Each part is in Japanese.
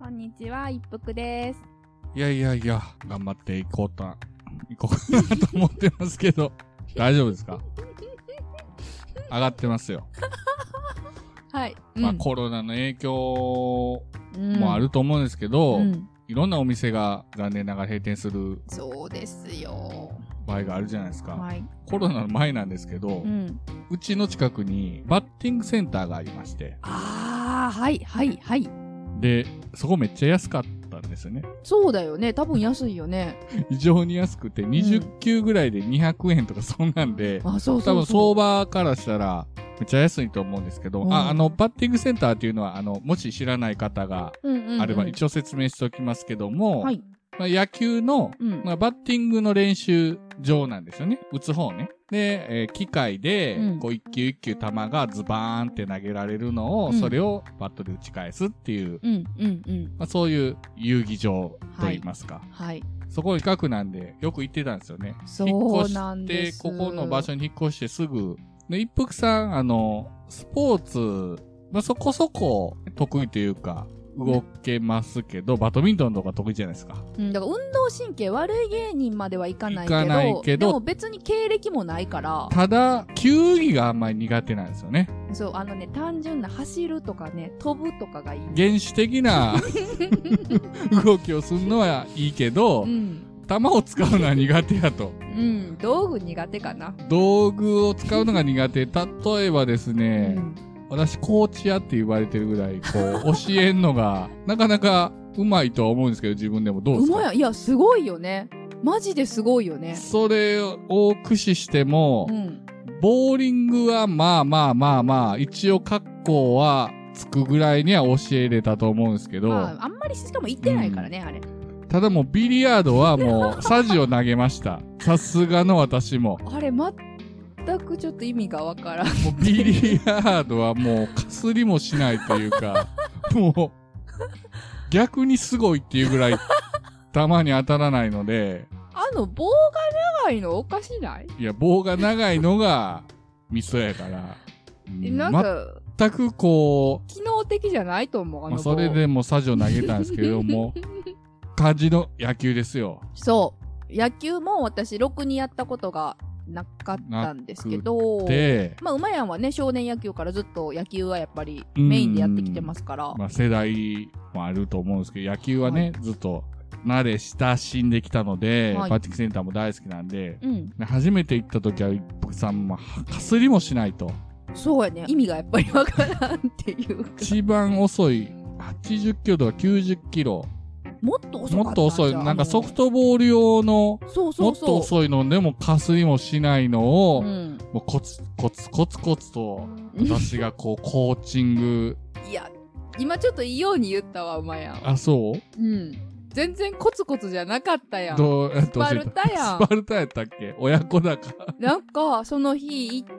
こんにちは、一服です。 いや、頑張っていこうかなと思ってますけど、大丈夫ですか？上がってますよ。 はい。 まあ、コロナの影響もあると思うんですけど、いろんなお店が残念ながら閉店するそうですよ。 場合があるじゃないですか。 はい、 コロナの前なんですけど、うちの近くにバッティングセンターがありまして。 はい。 で、そこめっちゃ安かったんですよね。 そうだよね。多分安いよね。 異常に安くて、20球ぐらいで200円とかそんなんで、 多分相場からしたら、めっちゃ安いと思うんですけど、バッティングセンターっていうのは、もし知らない方があれば、一応説明しておきますけども、はい。まあ、野球の、バッティングの練習場なんですよね。打つ方ね。で、機械で、こう一球一球球がズバーンって投げられるのを、それをバットで打ち返すっていう、まあ、そういう遊戯場といいますか。はい。そこ近くなんで、よく行ってたんですよね。 そうなんです。 引っ越して、ここの場所に引っ越してすぐ、で、一服さん、スポーツ、まあ、そこそこ得意というか、動けますけど、バドミントンとか得意じゃないですか。 だから運動神経悪い芸人まではいかないけど、でも別に経歴もないから。 ただ、球技があんまり苦手なんですよね。 そう、単純な走るとかね、飛ぶとかがいい。 原始的な動きをするのはいいけど、球を使うのは苦手やと。 道具苦手かな。 道具を使うのが苦手。例えばですね、私、コーチ屋って言われてるぐらい、教えんのが、なかなかうまいとは思うんですけど、自分でもどうですか？ うまい。いや、すごいよね。マジですごいよね。 それを駆使しても、ボーリングはまあ、一応格好はつくぐらいには教えれたと思うんですけど。 あんまりしかも行ってないからね、あれ。 ただもうビリヤードはもう、サジを投げました。さすがの私も。 あれ、全くちょっと意味がわからん。 もうビリヤードはもうかすりもしないというか、もう逆にすごいっていうぐらい球に当たらないので。 棒が長いのおかしない？ いや、棒が長いのがミソやから。 なんか、 全くこう、機能的じゃないと思う、 まあ、それでもサジを投げたんですけども、感じの野球ですよ。 そう。野球も私、ろくにやったことがなかったんですけど、まあ、馬やんはね、少年野球からずっと野球はやっぱりメインでやってきてますから。 まあ、世代もあると思うんですけど、野球はね、ずっと慣れ親しんできたので、バッティングセンターも大好きなんで、初めて行った時は一服さん、まあ、かすりもしないと。 そうやね。意味がやっぱりわからんっていうか。 一番遅い、80キロとか90キロ。 もっと遅い。 もっと遅い。なんかソフトボール用の、もっと遅いのでもかすりもしないのを、もうコツと、私がこう、コーチング。 いや、今ちょっといいように言ったわ、馬やん。 あ、そう？ 全然コツコツじゃなかったやん。スパルタやん。 スパルタやったっけ？親子だか。 なんか、その日行って、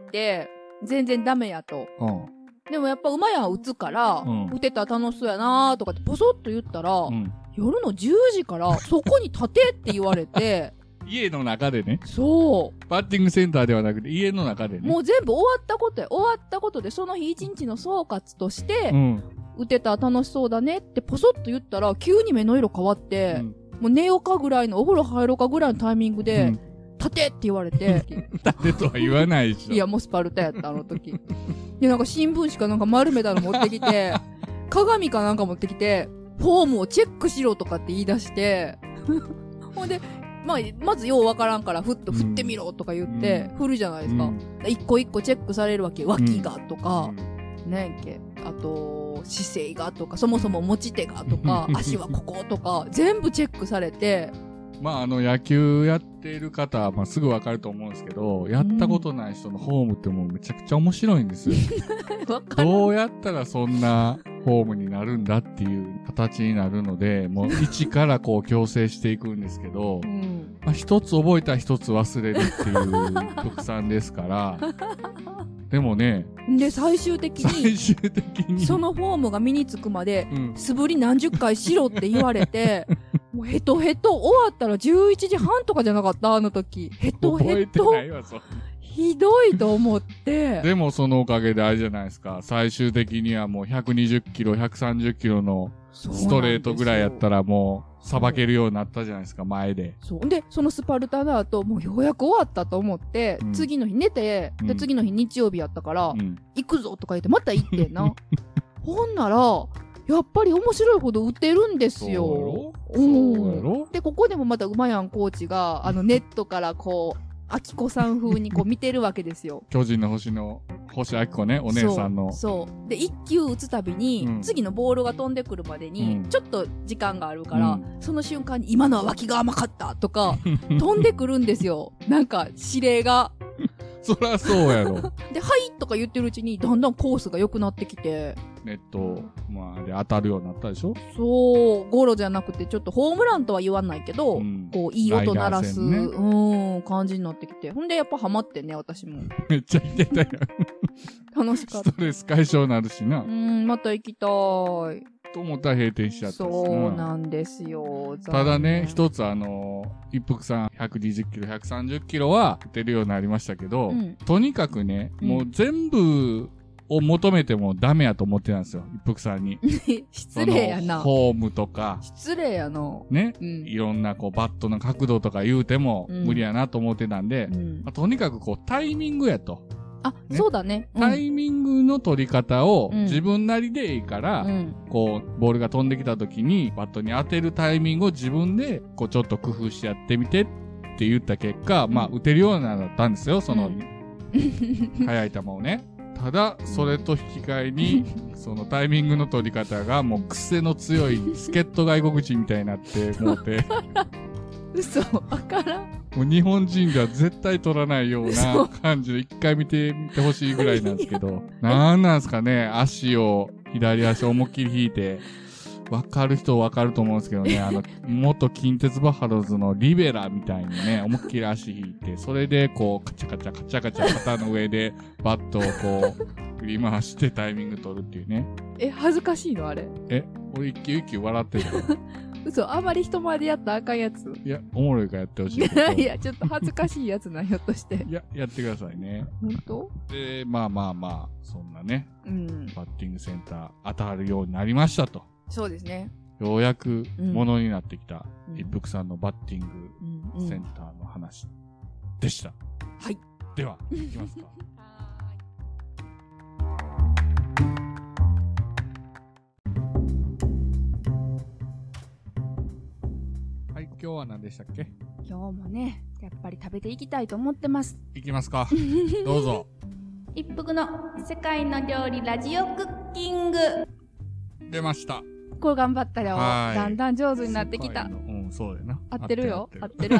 全然ダメやと。でもやっぱ馬やん打つから、打てたら楽しそうやなーとかってポソッと言ったら、夜の10時からそこに立てって言われて。 家の中でね。 そう。 バッティングセンターではなくて家の中でね。 もう全部終わったことで、その日一日の総括として、打てたら楽しそうだねってポソッと言ったら、急に目の色変わって、もう寝ようかぐらいの、お風呂入ろうかぐらいのタイミングで、立てって言われて。 立てとは言わないでしょ。 いや、もうスパルタやった、あの時。で、なんか新聞紙かなんか丸めたの持ってきて、鏡かなんか持ってきて、フォームをチェックしろとかって言い出して、ほんで、まずようわからんから、ふっと振ってみろとか言って、振るじゃないですか。一個一個チェックされるわけ。脇がとか、ねえあと、姿勢がとか、そもそも持ち手がとか、足はこことか、全部チェックされて、 まあ野球やっている方は、まあすぐわかると思うんですけど、やったことない人のフォームってもうめちゃくちゃ面白いんですよ。どうやったらそんなフォームになるんだっていう形になるので、もう一からこう矯正していくんですけど、まあ一つ覚えたら一つ忘れるっていう特産ですから、でもね。 で、最終的に、そのフォームが身につくまで、素振り何十回しろって言われて、もうヘトヘト、終わったら11時半とかじゃなかったあの時。ヘトヘト。 覚えてないわ、そんな。 ひどいと思って。 でもそのおかげであれじゃないですか。最終的にはもう120キロ、130キロのストレートぐらいやったらもう、さばけるようになったじゃないですか、前で。 そう。で、そのスパルタの後、もうようやく終わったと思って、次の日寝て、で、次の日日曜日やったから、行くぞとか言って、また行ってんな。ほんなら、やっぱり面白いほど打てるんですよ。 そうやろ？ で、ここでもまた馬やんコーチが、ネットからこう、あきこさん風にこう見てるわけですよ。 巨人の星の、星あきこね、お姉さんの。 そう。で、一球打つたびに、次のボールが飛んでくるまでに、ちょっと時間があるから、その瞬間に、今のは脇が甘かったとか、飛んでくるんですよ。なんか、指令が。 そらそうやろ。 で、はいとか言ってるうちに、だんだんコースが良くなってきて。 ネット、まあ、で当たるようになったでしょ？ そう、ゴロじゃなくて、ちょっとホームランとは言わないけど、こう、いい音鳴らす、感じになってきて。ほんで、やっぱハマってね、私も。 めっちゃ行ってたよ。 楽しかった。 ストレス解消になるしな。 また行きたい。 と思ったら閉店しちゃった。 そうなんですよ。 ただね、一つ一服さん120キロ、130キロは打てるようになりましたけど、とにかくね、もう全部を求めてもダメやと思ってたんですよ、一服さんに。 失礼やな。 フォームとか。 失礼やな。 ね、いろんなこうバットの角度とか言うても無理やなと思ってたんで、とにかくこうタイミングやと。 ね、そうだね、 タイミングの取り方を自分なりでいいから、こう、ボールが飛んできた時に、バットに当てるタイミングを自分で、こう、ちょっと工夫してやってみてって言った結果、まあ、打てるようになったんですよ、その、速い球をね。ただ、それと引き換えに、そのタイミングの取り方が、もう癖の強い助っ人外国人みたいになってもうて。 嘘、わからん。 もう日本人では絶対取らないような感じで一回見てみてほしいぐらいなんですけど、なんなんすかね、左足を思いっきり引いて、わかる人わかると思うんですけどね、元近鉄バファローズのリベラみたいにね、思いっきり足引いて、それでこう、カチャカチャカチャカチャ肩の上でバットをこう、振り回してタイミング取るっていうね。 恥ずかしいのあれ。 俺一球一球笑ってるから。 嘘、あまり人前でやったらあかんやつ。 いや、おもろいからやってほしい。 いや、ちょっと恥ずかしいやつな、ひょっとして。 いや、やってくださいね。 ほんと？ で、まあ、そんなね、バッティングセンター当たるようになりましたと。 そうですね。 ようやくものになってきた、一服さんのバッティングセンターの話でした。 はい。 では、いきますか。今日は何でしたっけ？ 今日もね、やっぱり食べていきたいと思ってます。 いきますか。どうぞ。 一服の世界の料理ラジオクッキング。 出ました。 これ頑張ったよ。だんだん上手になってきた。 そうだよな。 合ってるよ。合ってる。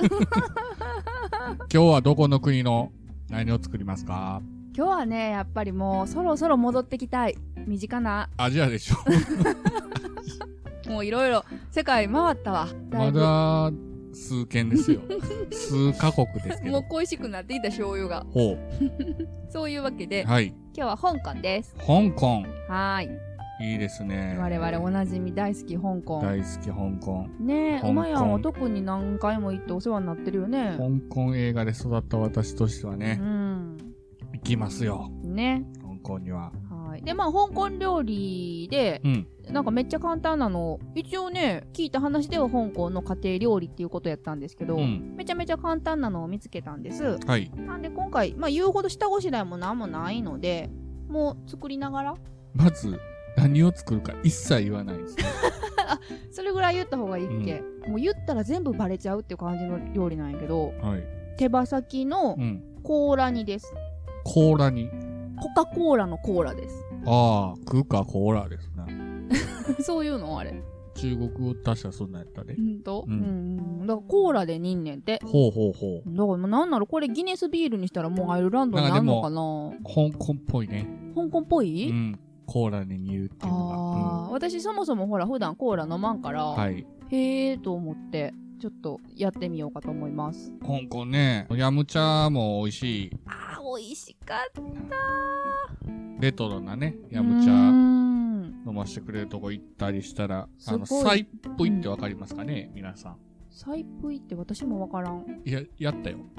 今日はどこの国の何を作りますか？ 今日はね、やっぱりもうそろそろ戻ってきたい。身近な。 アジアでしょ。 もういろいろ世界回ったわ。 まだ数件ですよ。数カ国ですけど。 もう恋しくなっていた醤油が。 ほう。 そういうわけで、 はい、 今日は香港です。 香港。 はい。 いいですね。 我々おなじみ大好き香港。 大好き香港。 ねえ、馬やんは特に何回も行ってお世話になってるよね。 香港映画で育った私としてはね。行きますよ。 ね。 香港には。 はい。で、まあ、香港料理で、なんかめっちゃ簡単なの。一応ね、聞いた話では香港の家庭料理っていうことやったんですけど、めちゃめちゃ簡単なのを見つけたんです。 はい。 なんで今回、まあ、言うほど下ごしらえもなんもないので、もう作りながら。 まず、何を作るか一切言わないんですね。 それぐらい言った方がいいっけ、もう言ったら全部バレちゃうっていう感じの料理なんやけど、手羽先のコーラ煮です。 コーラ煮？ コカ・コーラのコーラです。 ああ、クーカ・コーラですね。 そういうのあれ。 中国語確かそんなんやったで。 だからコーラで煮んねんて。 ほう。 だからなんならこれギネスビールにしたらもうアイルランドになるのかな。 香港っぽいね。 香港っぽい？ コーラに煮るっていうのが。 私そもそもほら普段コーラ飲まんから、へーと思ってちょっとやってみようかと思います。 香港ね、ヤムチャも美味しい。 美味しかった。 レトロなね、ヤムチャ飲ましてくれるとこ行ったりしたら、サイっぽいってわかりますかね、皆さん。 サイっぽいって私もわからん。 いや、やったよ。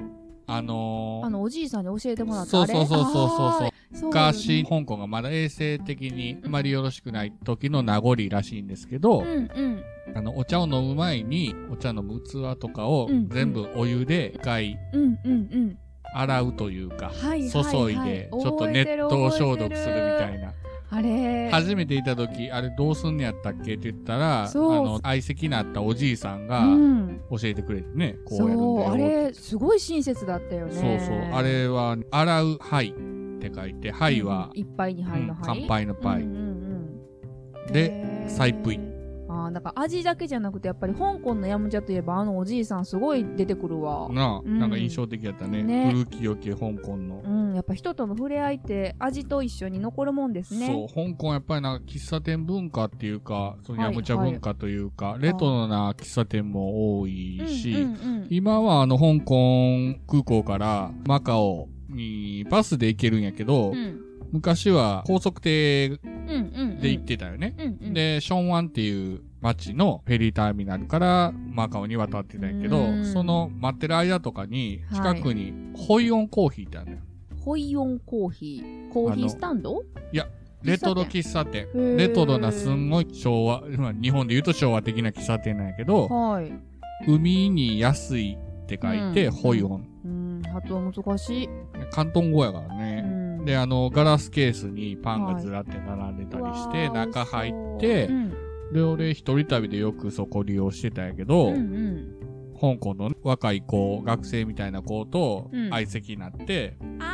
おじいさんに教えてもらったそう。昔、香港がまだ衛生的にあまりよろしくない時の名残らしいんですけど、お茶を飲む前に、お茶飲む器とかを全部お湯で一回、洗うというか、注いで、ちょっと熱湯消毒するみたいな。 あれ初めていた時、あれどうすんのやったっけって言ったら、相席になったおじいさんが教えてくれてね、こうやるんだよ。そう、 あれ、すごい親切だったよね。 そう。あれは、洗う灰って書いて、灰は、 いっぱいに灰の灰。 乾杯のパイ。で、サイプイ。 だから味だけじゃなくてやっぱり香港のヤムチャといえばおじいさんすごい出てくるわなんか印象的やったね。古き良き香港のやっぱ人との触れ合いって味と一緒に残るもんですね。 そう香港やっぱりなんか喫茶店文化っていうかそのヤムチャ文化というか、レトロな喫茶店も多いし、今は香港空港からマカオにバスで行けるんやけど、昔は高速艇で行ってたよね。で、ションワンっていう街のフェリーターミナルからマカオに渡ってたんやけど、その待ってる間とかに近くにホイオンコーヒーってあるのよ。 ホイオンコーヒーコーヒースタンド？ いや、レトロ喫茶店。レトロなすんごい昭和、日本で言うと昭和的な喫茶店なんやけど、海に安いって書いて、ホイオン。 発音難しい。 広東語やからね。で、ガラスケースにパンがずらって並んでたりして、中入って、で、俺一人旅でよくそこ利用してたんやけど、香港の若い子、学生みたいな子と相席になって、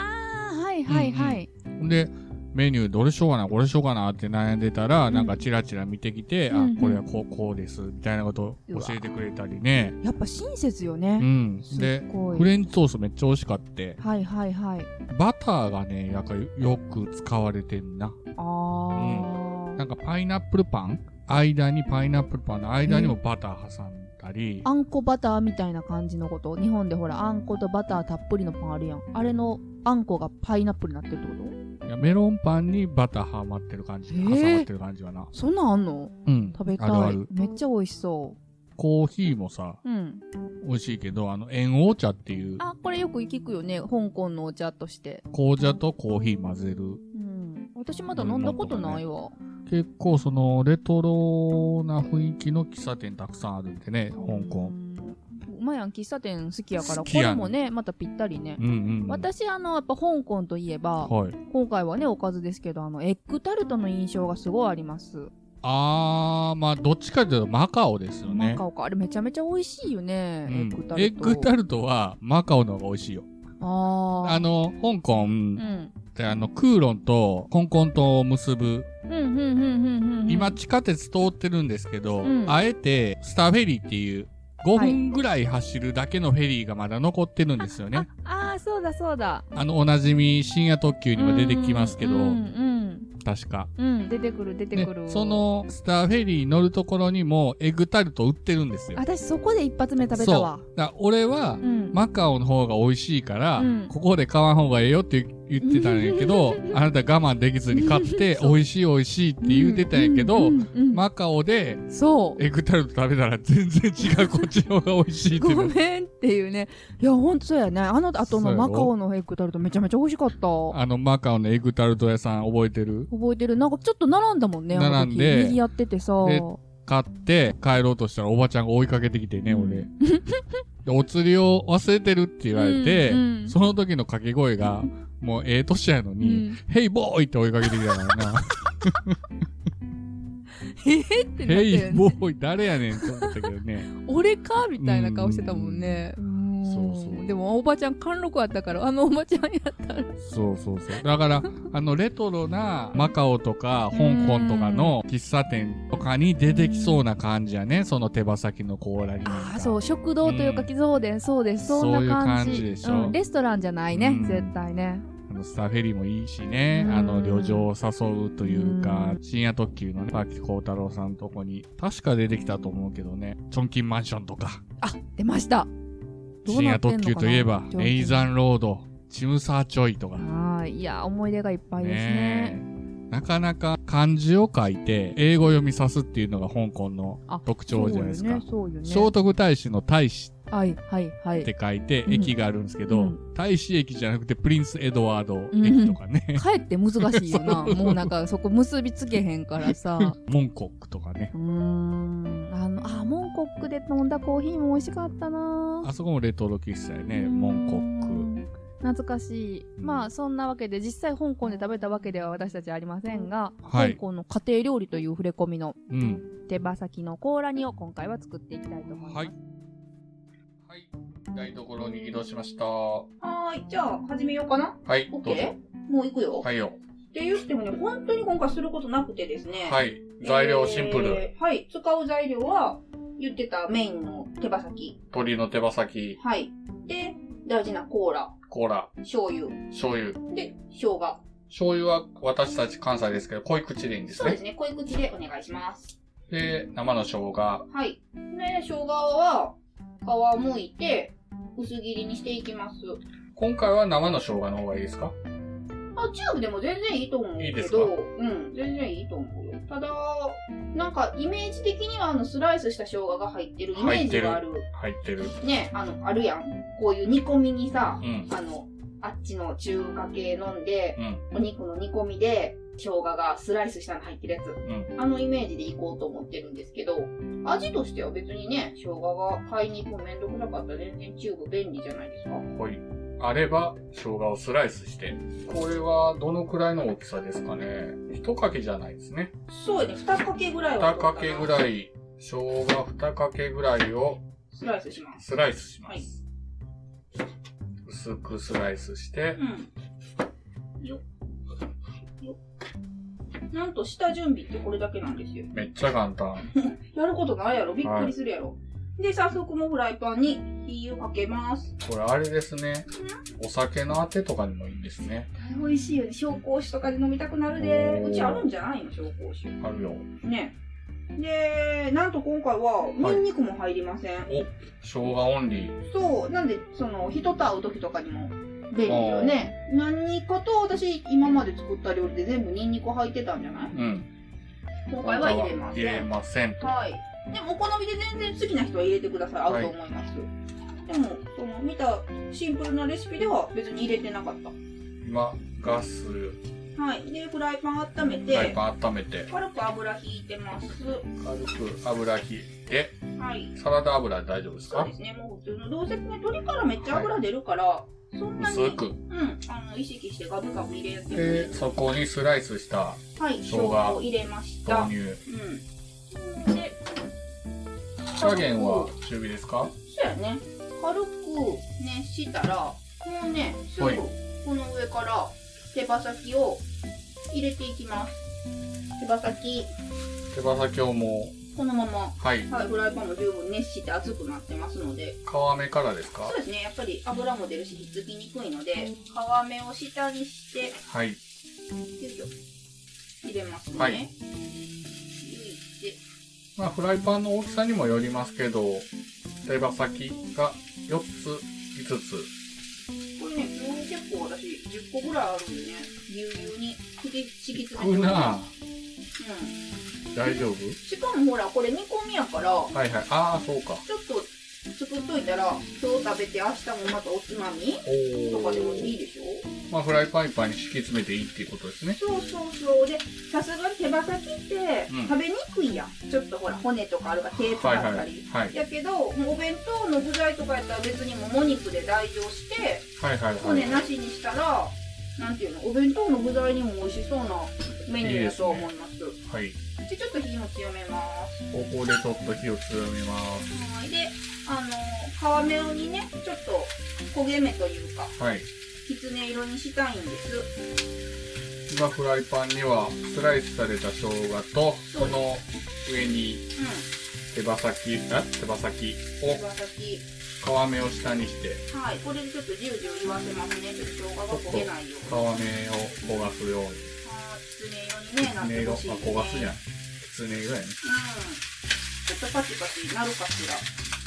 で、メニューどれしようかな、これしようかなって悩んでたら、なんかチラチラ見てきて、これはこうです、みたいなことを教えてくれたりね。 やっぱ親切よね。 で、フレンチトーストめっちゃ美味しかって。バターがね、なんかよく使われてんな。なんかパイナップルパン間にパイナップルパンの間にもバター挟んだり。 あんこバターみたいな感じのこと。日本でほら、あんことバターたっぷりのパンあるやん。あれのあんこがパイナップルになってるってこと？ いや、メロンパンにバターはまってる感じ。挟まってる感じはな。 そんなんあんの？食べたい。ある。めっちゃ美味しそう。 コーヒーもさ、美味しいけど、円お茶っていう。 これよく聞くよね。香港のお茶として。 紅茶とコーヒー混ぜる。 私まだ飲んだことないわ。 結構そのレトロな雰囲気の喫茶店たくさんあるんでね、香港。 まやん喫茶店好きやから、これもね、またぴったりね。私やっぱ香港といえば、今回はね、おかずですけど、エッグタルトの印象がすごいあります。 まあ、どっちかというとマカオですよね。 マカオか。あれめちゃめちゃ美味しいよね、エッグタルト。 エッグタルトはマカオの方が美味しいよ。香港、空論と香港島を結ぶ。今地下鉄通ってるんですけど、あえてスターフェリーっていう5分ぐらい走るだけのフェリーがまだ残ってるんですよね。 そうだそうだ。 おなじみ深夜特急にも出てきますけど、確か。 出てくる。 そのスターフェリー乗るところにもエッグタルト売ってるんですよ。 私そこで一発目食べたわ。 俺は、マカオの方が美味しいから、ここで買わん方がええよって言ってたんやけど、あなた我慢できずに買って、美味しいって言ってたんやけど、マカオで、エッグタルト食べたら全然違う、こっちの方が美味しいってごめんっていうね。いや、ほんとそうやね。後のマカオのエッグタルトめちゃめちゃ美味しかった。 マカオのエッグタルト屋さん覚えてる？ なんかちょっと並んだもんね。 並んで。 右やっててさ。 買って帰ろうとしたらおばちゃんが追いかけてきてね、俺。でお釣りを忘れてるって言われて、その時の掛け声が、もう年やのに、ヘイボーイって追いかけてきたからな。 ってなったよね。 ヘイボーイ誰やねんって思ったけどね。 俺かみたいな顔してたもんね。そうでもおばちゃん貫禄あったからおばちゃんやったらそうだからレトロなマカオとか香港とかの喫茶店とかに出てきそうな感じやね。その手羽先の甲羅にそう食堂というかそうですそんな感じでしょ。レストランじゃないね絶対ね。 スターフェリーもいいしね。旅情を誘うというか、深夜特急のね、パキコウタロウさんのとこに、確か出てきたと思うけどね、チョンキンマンションとか。 出ました。 深夜特急といえば、メイザンロード、チムサーチョイとか。 いや、思い出がいっぱいですね。 なかなか漢字を書いて、英語読みさすっていうのが香港の特徴じゃないですか。聖徳太子の太子はいはいはい。 って書いて、駅があるんですけど、大使駅じゃなくてプリンスエドワード駅とかね。 かえって難しいよな。もうなんかそこ結びつけへんからさ。 モンコックとかね。 モンコックで飲んだコーヒーも美味しかったな。 あそこもレトロ喫茶やね、モンコック。 懐かしい。まあそんなわけで実際香港で食べたわけでは私たちありませんが、香港の家庭料理という触れ込みの手羽先のコーラ煮を今回は作っていきたいと思います。 はい。台所に移動しました。 じゃあ始めようかな。 はい。 OK？もう行くよ。 はいよ。 って言ってもね、本当に今回することなくてですね。 はい。材料シンプル。 はい。使う材料は言ってたメインの手羽先。 鶏の手羽先。 はい。で、大事なコーラ。醤油。で、生姜。 醤油は私たち関西ですけど、濃い口でいいんですね。 そうですね。濃い口でお願いします。 で、生の生姜。 はい。で、生姜は皮を剥いて薄切りにしていきます。 今回は生の生姜の方がいいですか？ チューブでも全然いいと思うけど。いいですか？全然いいと思うよ。ただ、なんかイメージ的にはスライスした生姜が入ってるイメージがある。 入ってる。 ね、あるやん。こういう煮込みにさ、あっちの中華系飲んで、お肉の煮込みで生姜がスライスしたの入ってるやつ。イメージでいこうと思ってるんですけど、味としては別にね、生姜が買いに行くめんどくさかったら全然チューブ便利じゃないですか。 はい。あれば、生姜をスライスして。これはどのくらいの大きさですかね。一かけじゃないですね。 そうやね。二かけぐらいは。 二かけぐらい、生姜二かけぐらいをスライスします。 はい。薄くスライスして。よっ。 なんと下準備ってこれだけなんですよ。 めっちゃ簡単。 やることないやろ。びっくりするやろ。で、早速もうフライパンに火をかけます。 これあれですね。お酒のあてとかにもいいんですね。 美味しいよね。紹興酒とかで飲みたくなるで。うちあるんじゃないの紹興酒。 あるよ。 ね。で、なんと今回はニンニクも入りません。 生姜オンリー。 そう。なんで、人と会う時とかにも便利よね。何かと私今まで作った料理で全部ニンニク入ってたんじゃない？今回は入れません。 入れませんと。 はい。でもお好みで全然好きな人は入れてください。合うと思います。でも、見たシンプルなレシピでは別に入れてなかった。 今、ガス。 はい。で、フライパン温めて。軽く油引いてます。 軽く油引いて。 はい。 サラダ油で大丈夫ですか？ そうですね。もう普通の。どうせね、鶏からめっちゃ油出るから、そんなに。 薄く。 意識してガブガブ入れて。 で、そこにスライスした生姜を入れました。 投入。で、火加減は中火ですか？ そうやね。軽く熱したら、もうね、すぐこの上から手羽先を入れていきます。手羽先をもうこのまま、フライパンも十分熱して熱くなってますので。 皮目からですか？ そうですね。やっぱり油も出るし、ひっつきにくいので、皮目を下にして、よいしょ。入れますね。 まあ、フライパンの大きさにもよりますけど、手羽先が4つ、5つ。 これね、結構私10個ぐらいあるんでね、ぎゅうぎゅうに敷き詰めてます。大丈夫？ しかもほら、これ煮込みやから。 ああ、そうか。 ちょっと作っといたら、今日食べて明日もまたおつまみとかでもいいでしょ？ まあ、フライパンいっぱいに敷き詰めていいっていうことですね。 そう。で、さすがに手羽先って食べにくいやん。ちょっとほら、骨とかあるから手使ったり。やけど、もうお弁当の具材とかやったら別にもも肉で代用して、骨なしにしたら、なんていうの、お弁当の具材にも美味しそうなメニューだと思います。で、ちょっと火も強めます。 ここでちょっと火を強めます。 で、皮目にね、ちょっと焦げ目というか、きつね色にしたいんです。 今フライパンにはスライスされた生姜と、その上に手羽先を皮目を下にして、 これでちょっとジュージュー言わせますね。ちょっと生姜が焦げないように。 皮目を焦がすように。 きつね色にね、なってほしいですね。 焦がすじゃん。きつね色やね。 ちょっとパチパチなるかしら。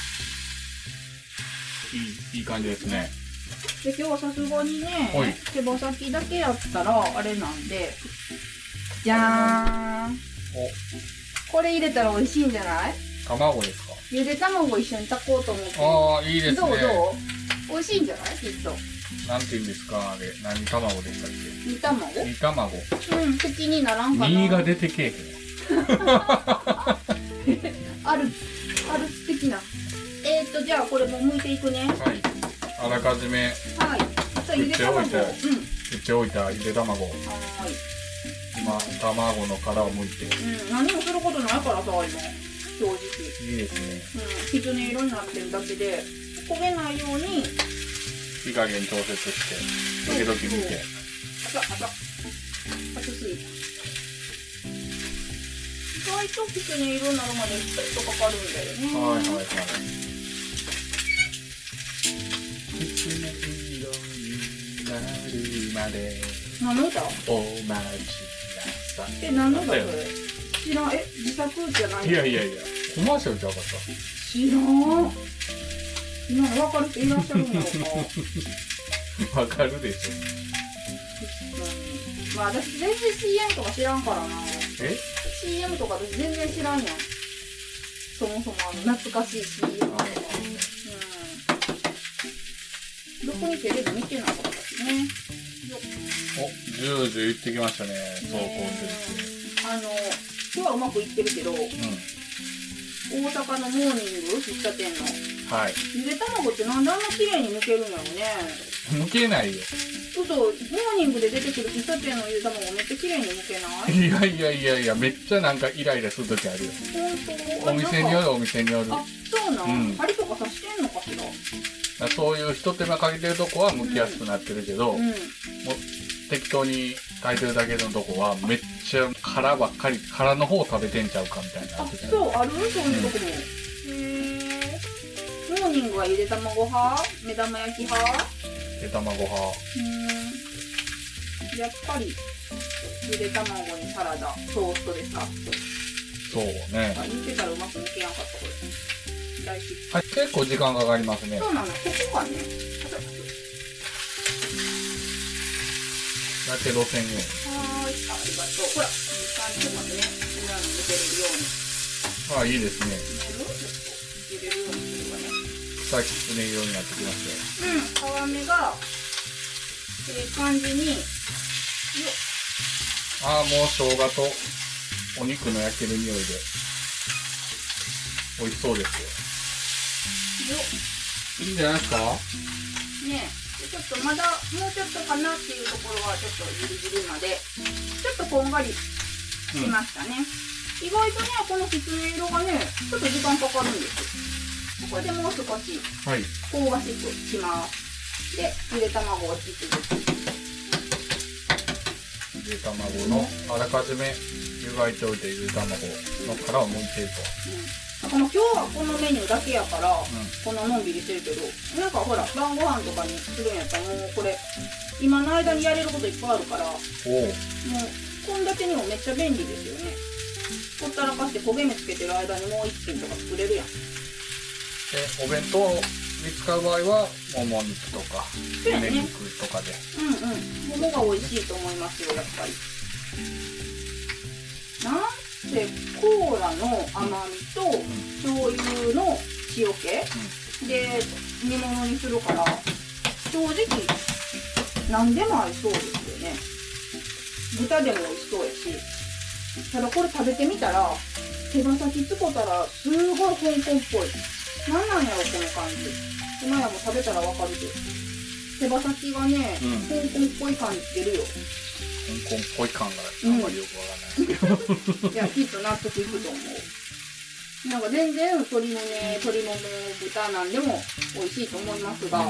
いい感じですね。 で、今日はさすがにね、手羽先だけやったらあれなんで、じゃーん。これ入れたら美味しいんじゃない？ 卵ですか？ ゆで卵一緒に炊こうと思って。 ああ、いいですね。 どう美味しいんじゃないきっと。 なんて言うんですかあれ。何卵でしたっけ？ 煮卵？ 煮卵。 うん、口にならんかな。 煮が出てけえへん。 ある的な。じゃあこれも剥いていくね。 はい。あらかじめ。 はい。ゆで卵。 振っておいたゆで卵。はい。今、卵の殻を剥いて。 うん、何もすることないからさ、今。正直。 いいですね。 うん、きつね色になってるだけで、焦げないように。 火加減調節して、時々見て。 熱すぎた。意外ときつね色になるまでちょっとかかるんだよね。 はいはいはい。きつね色になるまで。 何の歌？ お待ちなさい。 何の歌それ？知らん。自作じゃない？ いや、コマーシャルちゃうかった。 知らん。今の分かる人いらっしゃるんやろか。分かるでしょ。 まあ私全然 CM とか知らんからな。CM とか私全然知らんやん。そもそも懐かしい CM とか。どこにテレビ見てなかったしね。 お、ジュージュー言ってきましたね。走行今日はうまくいってるけど、大阪のモーニング喫茶店の。 はい。 ゆで卵ってなんであんな綺麗に剥けるんやろね。 剥けないよ。 モーニングで出てくる喫茶店のゆで卵めっちゃ綺麗に剥けない？ いや、めっちゃなんかイライラするときあるよ。 本当？ お店による、お店による。 あ、そうなん？針とか刺してんのかしら？ そういう一手間かけてるとこは剥きやすくなってるけど、もう適当に炊いてるだけのとこはめっちゃ殻ばっかり、殻の方食べてんちゃうかみたいな。 あ、そう、ある？そういうとこも。モーニングはゆで卵派？目玉焼き派？ ゆで卵派。 やっぱりゆで卵にサラダ、トーストでさ。 そうね。 煮てたらうまく煮けやんかったこれ。大失敗。結構時間かかりますね。 そうなの。ここがね。 やけどせんように。 ありがとう。ほら、ちょっと待ってね。今の見てるように。 ああ、いいですね。 入れるようにするわね。 さあ、きつね色になってきましたよ。皮目が、感じに、 ああ、もう生姜とお肉の焼ける匂いで、美味しそうですよ。いいんじゃないですか？ ねえ。ちょっとまだ、もうちょっとかなっていうところは、ちょっとギリギリまで、ちょっとこんがりしましたね。意外とね、このきつね色がね、ちょっと時間かかるんですよ。これでもう少し、香ばしくします。で、ゆで卵を引き続き。 ゆで卵のあらかじめ湯がいておいてゆで卵の殻を剥いていると。 今日はこのメニューだけやから、こののんびりしてるけど、なんかほら、晩ご飯とかにするんやったらもうこれ、今の間にやれることいっぱいあるから、もう、献立にもめっちゃ便利ですよね。ほったらかして焦げ目つけてる間にもう一品とか作れるやん。 お弁当に使う場合は、もも肉とか、胸肉とかで。 ももが美味しいと思いますよ、やっぱり。なんせコーラの甘みと醤油の塩気、で煮物にするから正直何でも合いそうですよね。豚でも美味しそうやし、ただこれ食べてみたら手羽先つこたらすごい香港っぽい。なんなんやろこの感じ。今やも食べたらわかるで。手羽先がね、香港っぽい感じ出るよ。 香港っぽい感があんまりよくわかんないですけど。 いや、きっと納得いくと思う。なんか全然鶏もも豚なんでも美味しいと思いますが。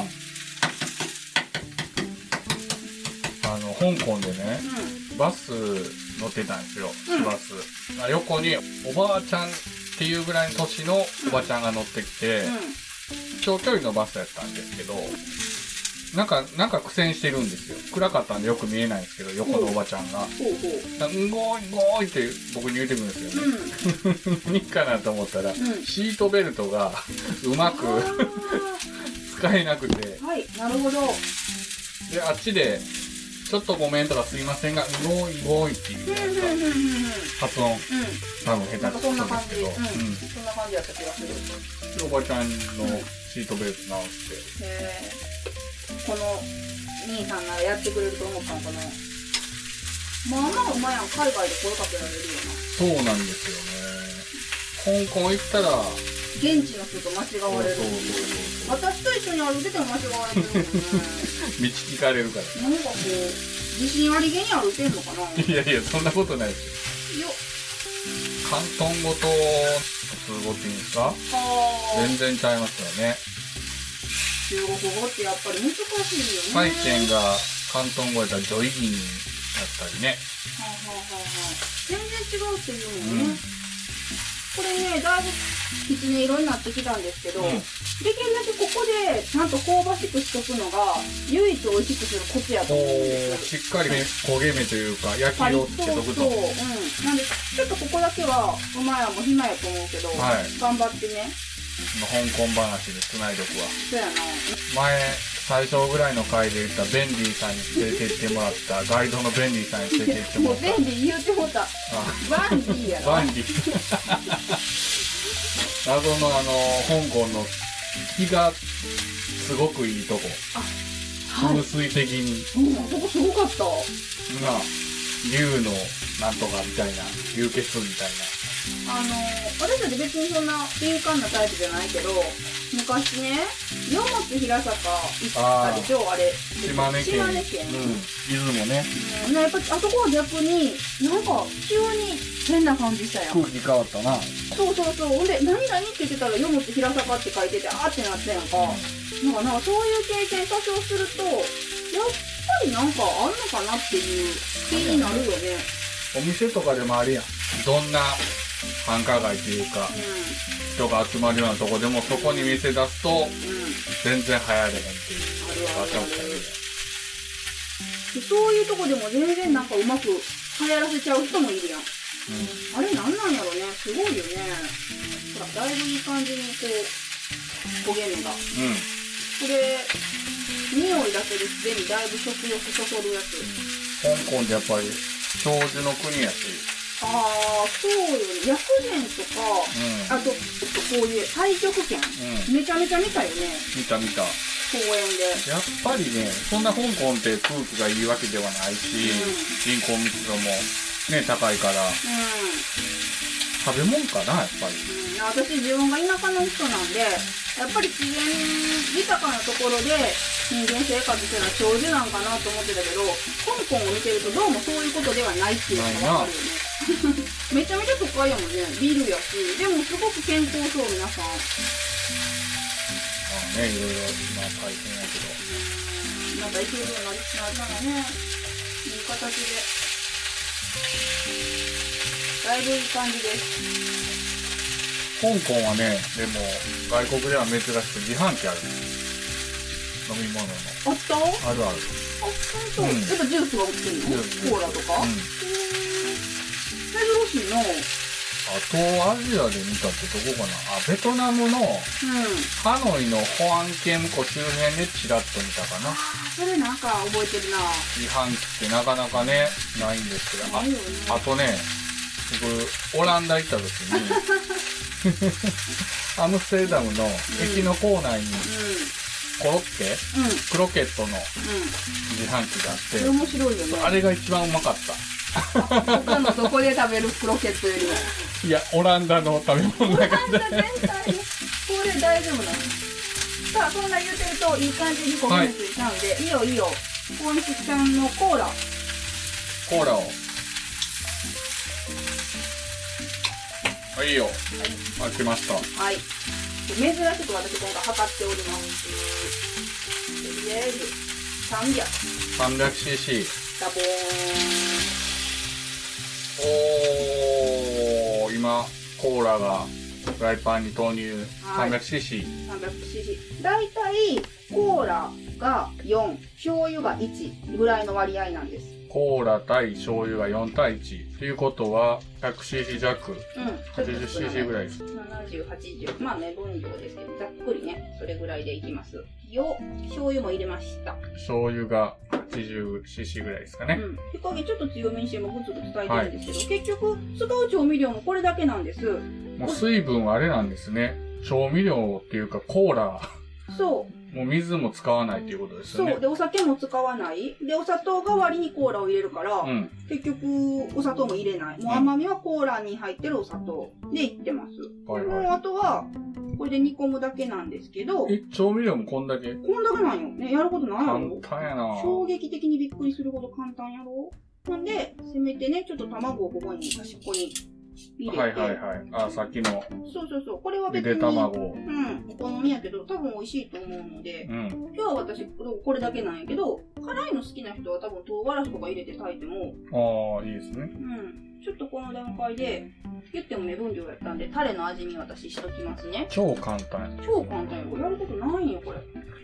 香港でね、バス乗ってたんですよ、バス。横におばあちゃんっていうぐらいの年のおばちゃんが乗ってきて、長距離のバスやったんですけど、なんか苦戦してるんですよ。暗かったんでよく見えないんですけど、横のおばちゃんが。んごーいって僕に言うてくるんですよね。何かなと思ったら、シートベルトがうまく使えなくて。 はい、なるほど。 で、あっちでちょっとごめんとかすいませんが、うごいごいっていう発音、多分下手くそですけど、 そんな感じやった気がする。 おばちゃんのシートベルト直して。 この兄さんならやってくれると思ったのかな。まあまあうまいやん、海外で声かけられるよな。 そうなんですよね。香港行ったら、 現地の人と間違われる。私と一緒に歩いてても間違われてるもんね。 道聞かれるから。 なんかこう、自信ありげに歩いてんのかな。 いやいや、そんなことないですよ。広東語と普通語っていうんですか？全然ちゃいますよね。 中国語ってやっぱり難しいよね。 サイチェンが広東語やったらジョイギンだったりね。 全然違うっていうもんね。これね、だいぶきつね色になってきたんですけど、できるだけここでちゃんと香ばしくしとくのが唯一美味しくするコツやと思うんです。 しっかり焦げ目というか焼き色をつけとくと。 なんでちょっとここだけはお前はもう暇やと思うけど、頑張ってね。 香港話でつないどくわ。 そうやな。 前最初ぐらいの回で言ったベンディさんに連れて行ってもらったガイドのベンディさんに連れて行ってもらった。 もうベンディ言うてもった。バンディやろ。 バンディ。謎の香港の木がすごくいいとこ。風水的に。 そこすごかった。 竜のなんとかみたいな、流血みたいな。 私たち別にそんな敏感なタイプじゃないけど、昔ね、四物平坂行ったでしょ、あれ。 島根県。出雲ね。 やっぱあそこは逆に、なんか急に変な感じしたやん。 空気変わったな。 そう。ほんで、何々って言ってたら四物平坂って書いてて、あーってなったやんか。なんかそういう経験多少すると、やっぱりなんかあんのかなっていう気になるよね。 お店とかでもあるやん。どんな繁華街っていうか、人が集まるようなとこでもそこに店出すと、全然流行れへんっていう場所ってあるやん。 そういうとこでも全然なんかうまく流行らせちゃう人もいるやん。あれなんなんやろね、すごいよね。ほら、だいぶいい感じにこう、焦げ目が。これ、匂いだけですでにだいぶ食欲そそるやつ。 香港ってやっぱり、長寿の国やし。 そうよね。薬膳とか、あと、こういう太極拳、めちゃめちゃ見たよね。 見た。 公園で。 やっぱりね、そんな香港って空気がいいわけではないし、人口密度もね、高いから、食べ物かな、やっぱり。 私自分が田舎の人なんで、やっぱり自然豊かなところで人間生活するのは長寿なんかなと思ってたけど、香港を見てるとどうもそういうことではないっていうのがわかるよね。めちゃめちゃ都会やもんね。ビルやし、でもすごく健康そう、皆さん。 いろいろ今大変やけど。また行けるようになったらね、いい形で。だいぶいい感じです。 香港はね、でも外国では珍しく自販機ある。飲み物の。 あった？ ある。 やっぱジュースが売ってるの？コーラとか？珍しいな。 あとアジアで見たってどこかな、ベトナムのハノイのホアンケム湖周辺でチラッと見たかな。 それなんか覚えてるな。 自販機ってなかなかねないんですけど、あとね、僕オランダ行った時にアムステルダムの駅の構内にコロッケ、クロケットの自販機があって、 面白いよね。 あれが一番うまかった。 他のどこで食べるクロケットよりも。 いや、オランダの食べ物の中で。 オランダ全体に。これ大丈夫なの？さあ、そんな言うてるといい感じに焦げ目ついたんで、いいよ。小西さんのコーラを。 いいよ。開けました。 はい。珍しく私今回測っております。とりあえず 300cc。 ダボーン。今コーラがフライパンに投入。300cc。 だいたいコーラが4、醤油が1ぐらいの割合なんです。 コーラ対醤油が4対1。っていうことは、100cc 弱。80cc ぐらいです。 70、80。まあね、分量ですけど、ざっくりね、それぐらいでいきます。醤油も入れました。 醤油が 80cc ぐらいですかね。 火加減ちょっと強めにしてもぐつぐつ炊いてるんですけど、結局、使う調味料もこれだけなんです。 もう水分はあれなんですね。調味料っていうかコーラ。 そう。 もう水も使わないっていうことですよね。 そう。で、お酒も使わない。で、お砂糖代わりにコーラを入れるから、結局、お砂糖も入れない。もう甘みはコーラに入ってるお砂糖でいってます。もうあとは、これで煮込むだけなんですけど。 調味料もこんだけこんだけなんよ。ね、やることないやろ。 簡単やな。 衝撃的にびっくりするほど簡単やろ。なんで、せめてね、ちょっと卵をここに、端っこに。入れて。 あ、さっきの。 そう。これは別に。 ゆで卵。 お好みやけど、多分美味しいと思うので、今日は私、これだけなんやけど、辛いの好きな人は多分唐辛子とか入れて炊いても。 いいですね。 ちょっとこの段階で、言っても目分量やったんで、タレの味見私しときますね。 超簡単。 超簡単よ。やることないんよ、これ。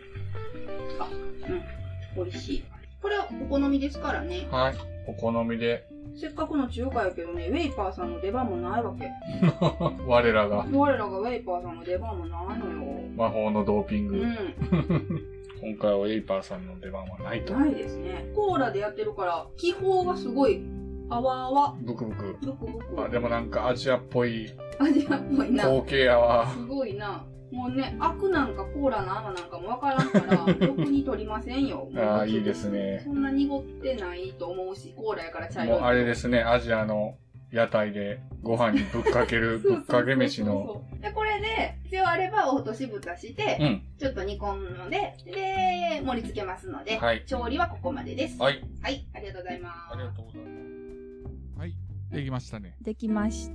美味しい。これはお好みですからね。 はい。お好みで。 せっかくの中華やけどね、ウェイパーさんの出番もないわけ。 我らがウェイパーさんの出番もないのよ。 魔法のドーピング。今回はウェイパーさんの出番はないと。 ないですね。コーラでやってるから、気泡がすごい、あわあわ。 ブクブク。でもなんかアジアっぽい。 な。 光景やわ。 すごいな。もうね、アクなんかコーラの泡なんかもわからんから、ろくに取りませんよ。 いいですね。 そんな濁ってないと思うし、コーラやから茶色い。 もうあれですね、アジアの屋台でご飯にぶっかけるぶっかけ飯の。 で、これで、必要あれば落とし蓋して、ちょっと煮込むので、で、盛り付けますので、調理はここまでです。はい、ありがとうございます。 ありがとうございます。はい、できましたね。 できました。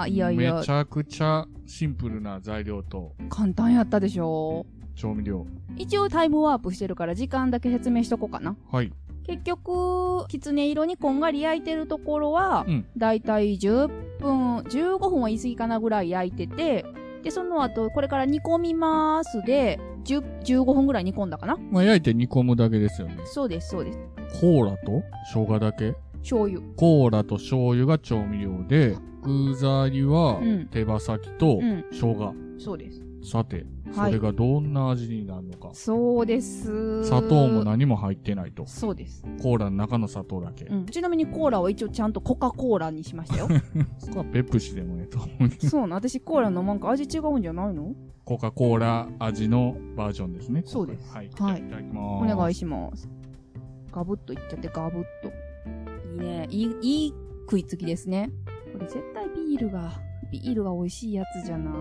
いやいや。 めちゃくちゃシンプルな材料と。 簡単やったでしょ。 調味料。一応タイムワープしてるから時間だけ説明しとこうかな。 はい。 結局、きつね色にこんがり焼いてるところは、だいたい10分、15分は言い過ぎかなぐらい焼いてて、で、その後、これから煮込みますで、15分ぐらい煮込んだかな。 焼いて煮込むだけですよね。 そうです、そうです。 コーラと生姜だけ？ 醤油。 コーラと醤油が調味料で、具材は手羽先と生姜。 そうです。 さて、それがどんな味になるのか。 そうです。 砂糖も何も入ってないと。 そうです。 コーラの中の砂糖だけ。 ちなみにコーラは一応ちゃんとコカ・コーラにしましたよ。 そこはペプシでもねと思う。 そうな、私コーラ飲まんか味違うんじゃないの？ コカ・コーラ味のバージョンですね。 そうです。 はい。いただきます。 お願いします。ガブッといっちゃって、ガブッと。いいね。いい食いつきですね。これ絶対ビールが美味しいやつじゃない。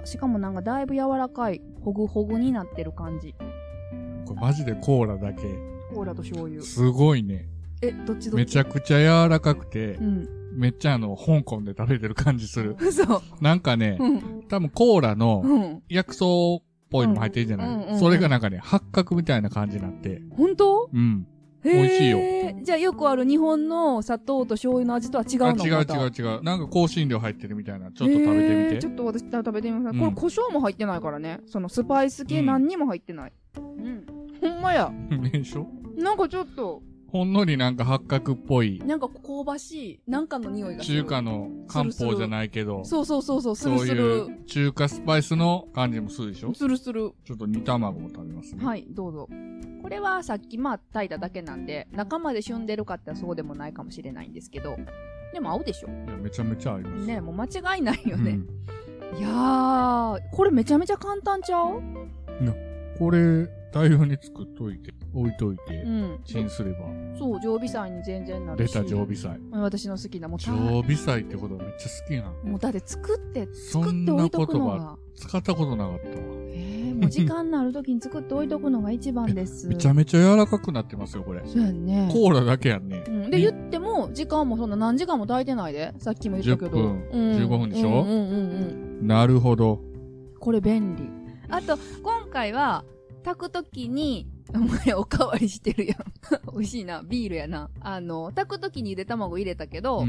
しかもなんかだいぶ柔らかい、ほぐほぐになってる感じ。 これマジでコーラだけ。 コーラと醤油。 すごいね。 どっちめちゃくちゃ柔らかくて、めっちゃ香港で食べてる感じする。 嘘。 なんかね、多分コーラの薬草っぽいのも入ってるじゃない。それがなんかね、八角みたいな感じになって。 本当？ 美味しいよ。 じゃあよくある日本の砂糖と醤油の味とは違うの？ 違う。なんか香辛料入ってるみたいな。ちょっと食べてみて。 ちょっと私食べてみます。これ胡椒も入ってないからね。そのスパイス系何にも入ってない。ほんまや。 でしょ？ なんかちょっと。 ほんのりなんか八角っぽい。 なんか香ばしい、なんかの匂いがする。 中華の漢方じゃないけど。 そう、する。 そういう中華スパイスの感じもするでしょ？ する。ちょっと煮卵も食べますね。 はい、どうぞ。これはさっき炊いただけなんで、中まで旬でるかってそうでもないかもしれないんですけど、でも合うでしょ？いや、めちゃめちゃ合います。 ね、もう間違いないよね。いやー、これめちゃめちゃ簡単ちゃう？ これ、大量に作っといて、置いといて、チンすれば。 そう、常備菜に全然なるし。 出た常備菜。 私の好きな、もう常備菜ってことめっちゃ好きやん。 もうだって作ってそんな言葉使ったことなかったわ。 もう時間になるときに作って置いとくのが一番です。 めちゃめちゃ柔らかくなってますよ、これ。 そうやんね。 コーラだけやんね。 で、言っても、時間もそんな何時間も炊いてないで。さっきも言ったけど。 10分、15分でしょ？なるほど。 これ便利。あと、今回は、炊くときに、お前おかわりしてるやん。美味しいな。ビールやな。炊くときにゆで卵入れたけど、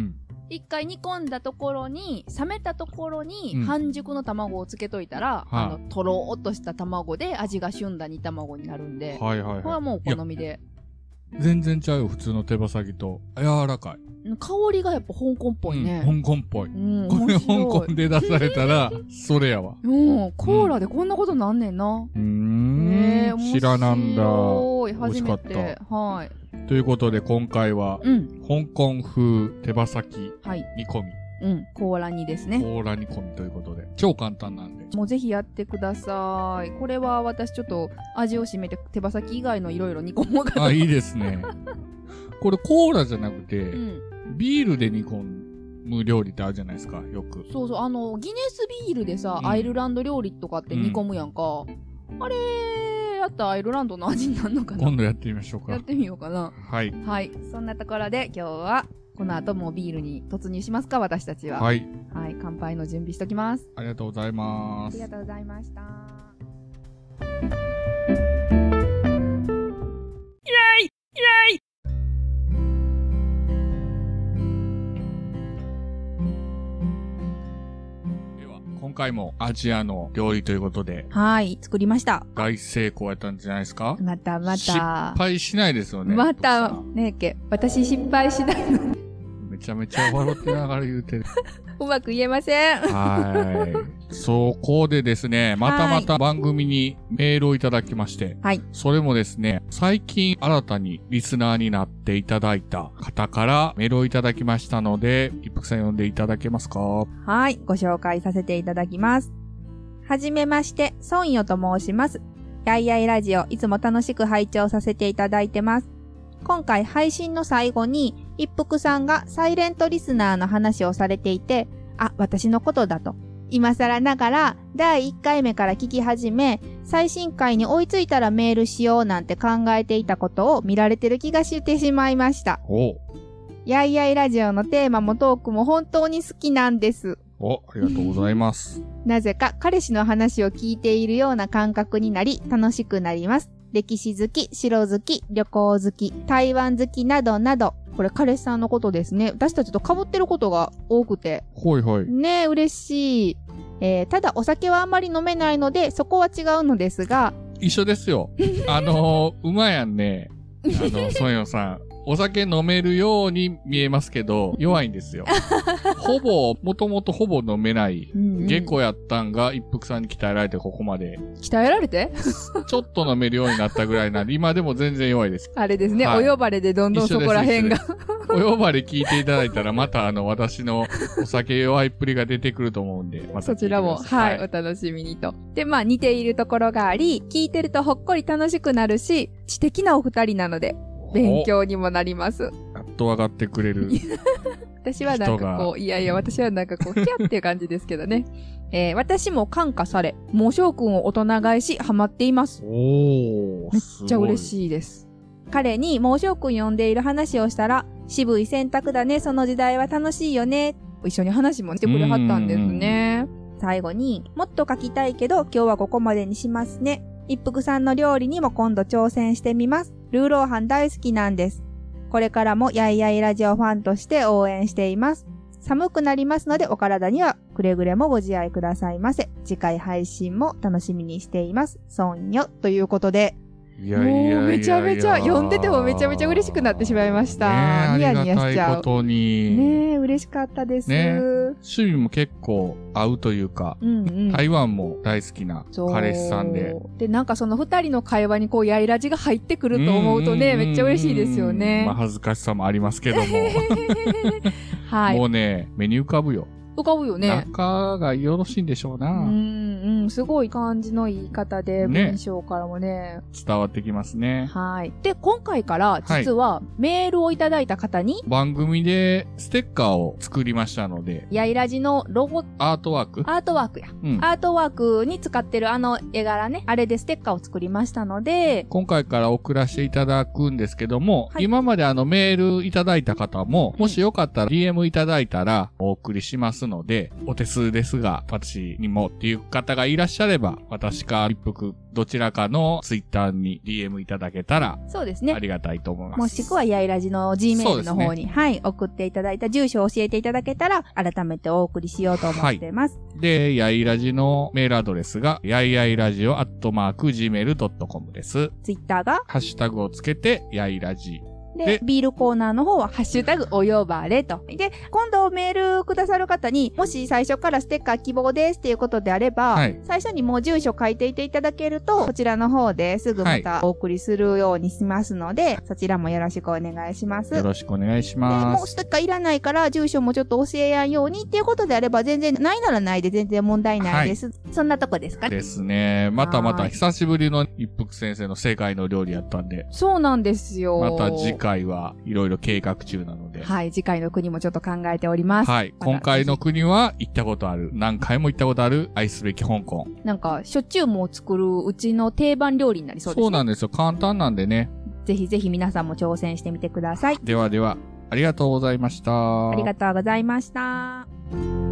一回煮込んだところに、冷めたところに半熟の卵をつけといたら、とろーっとした卵で味が旬だ煮卵になるんで、これはもうお好みで。 全然ちゃうよ、普通の手羽先と。柔らかい。 香りがやっぱ香港っぽいね。 香港っぽい。これ香港で出されたら、それやわ。 コーラでこんなことなんねんな。 知らなんだ。 美味しかった。はい。 ということで今回は、香港風手羽先煮込み。 コーラ煮ですね。 コーラ煮込みということで。超簡単なんで。 もうぜひやってください。これは私ちょっと味を占めて手羽先以外のいろいろ煮込もうかと。 いいですね。これコーラじゃなくて、ビールで煮込む料理ってあるじゃないですか、よく。 そうそう、ギネスビールでさ、アイルランド料理とかって煮込むやんか。あれやったらアイルランドの味になるのかな。 今度やってみましょうか。 やってみようかな。 はい。 はい。そんなところで今日は、この後もビールに突入しますか、私たちは。 はい。 はい。乾杯の準備しときます。 ありがとうございます。 ありがとうございました。 イェイイェイ。 では、今回もアジアの料理ということで。 はい。作りました。 大成功やったんじゃないですか？ また。 失敗しないですよね。 また、ねえけ。私失敗しないの。 めちゃめちゃ笑ってながら言うてる。 うまく言えません。 はい。そこでですね、また番組にメールをいただきまして。 はい。 それもですね、最近新たにリスナーになっていただいた方からメールをいただきましたので、一服さん読んでいただけますか？ はい。ご紹介させていただきます。はじめまして、ソンヨと申します。やいやいラジオ、いつも楽しく拝聴させていただいてます。今回配信の最後に、一服さんがサイレントリスナーの話をされていて、私のことだと。今更ながら、第1回目から聞き始め、最新回に追いついたらメールしようなんて考えていたことを見られてる気がしてしまいました。やいやいラジオのテーマもトークも本当に好きなんです。 ありがとうございます。 なぜか彼氏の話を聞いているような感覚になり、楽しくなります。歴史好き、城好き、旅行好き、台湾好きなどなど、これ彼氏さんのことですね。私たちと被ってることが多くて。ねえ、嬉しい。ただお酒はあんまり飲めないので、そこは違うのですが。 一緒ですよ。うまやんね。ソンヨさん。お酒飲めるように見えますけど、弱いんですよ。もともとほぼ飲めない、下戸やったんが一服さんに鍛えられてここまで。 鍛えられてちょっと飲めるようになったぐらいなんで、今でも全然弱いです。 あれですね、お呼ばれでどんどんそこら辺が。 お呼ばれ聞いていただいたら、また私のお酒弱いっぷりが出てくると思うんで、またそちらも、はい、お楽しみにと。で、似ているところがあり、聞いてるとほっこり楽しくなるし、知的なお二人なので、勉強にもなります。やっと上がってくれる。 私はなんかこう、私はなんかこう、キャっていう感じですけどね。私も感化され、もう翔くんを大人買いし、ハマっています。めっちゃ嬉しいです。彼にもう翔くん呼んでいる話をしたら、渋い選択だね、その時代は楽しいよね。一緒に話もしてくれはったんですね。最後に、もっと書きたいけど、今日はここまでにしますね。一服さんの料理にも今度挑戦してみます。ルーローハン大好きなんです。これからもやいやいラジオファンとして応援しています。寒くなりますのでお体にはくれぐれもご自愛くださいませ。次回配信も楽しみにしています。ソンヨということで。もうめちゃめちゃ、読んでてもめちゃめちゃ嬉しくなってしまいました。ニヤニヤしちゃう。 ありがたいことに。 ねえ、嬉しかったです。 趣味も結構合うというか、台湾も大好きな彼氏さんで。 で、なんかその二人の会話にこう、やいラジが入ってくると思うとね、めっちゃ嬉しいですよね。 恥ずかしさもありますけども。 はい。 もうね、目に浮かぶよ。 浮かぶよね。 仲がよろしいんでしょうな。 すごい感じの言い方で、文章からもね。 伝わってきますね。 はい。で、今回から実はメールをいただいた方に、 番組でステッカーを作りましたので。 やいらじのロゴ。 アートワークや。アートワークに使ってる絵柄ね。あれでステッカーを作りましたので。 今回から送らせていただくんですけども、今までメールいただいた方も、もしよかったら DM いただいたらお送りしますので、お手数ですが、私にもっていう方がいらっしゃれば、私か一服、どちらかのツイッターに DM いただけたら、 そうですね。 ありがたいと思います。 もしくは、やいらじの Gmail の方に、ね、はい、送っていただいた住所を教えていただけたら、改めてお送りしようと思っています。 はい、で、やいらじのメールアドレスが、やいやいラジオ@gmail.com です。 ツイッターが、 ハッシュタグをつけて、やいらじ。 で、ビールコーナーの方は、ハッシュタグお呼ばれと。で、今度メールくださる方に、もし最初からステッカー希望ですっていうことであれば、はい、最初にもう住所書いていていただけると、こちらの方ですぐまたお送りするようにしますので、はい、そちらもよろしくお願いします。 よろしくお願いします。 で、もうステッカーいらないから、住所もちょっと教えやんようにっていうことであれば、全然ないならないで全然問題ないです。はい、そんなとこですかね。 ですね。また久しぶりの一服先生の世界の料理やったんで。 そうなんですよ。 また次回はいろいろ計画中なので。 はい、次回の国もちょっと考えております。 はい、今回の国は行ったことある、何回も行ったことある愛すべき香港。 なんか、しょっちゅうもう作るうちの定番料理になりそうですね。 そうなんですよ。簡単なんでね。 ぜひぜひ皆さんも挑戦してみてください。 ではでは、ありがとうございました。 ありがとうございました。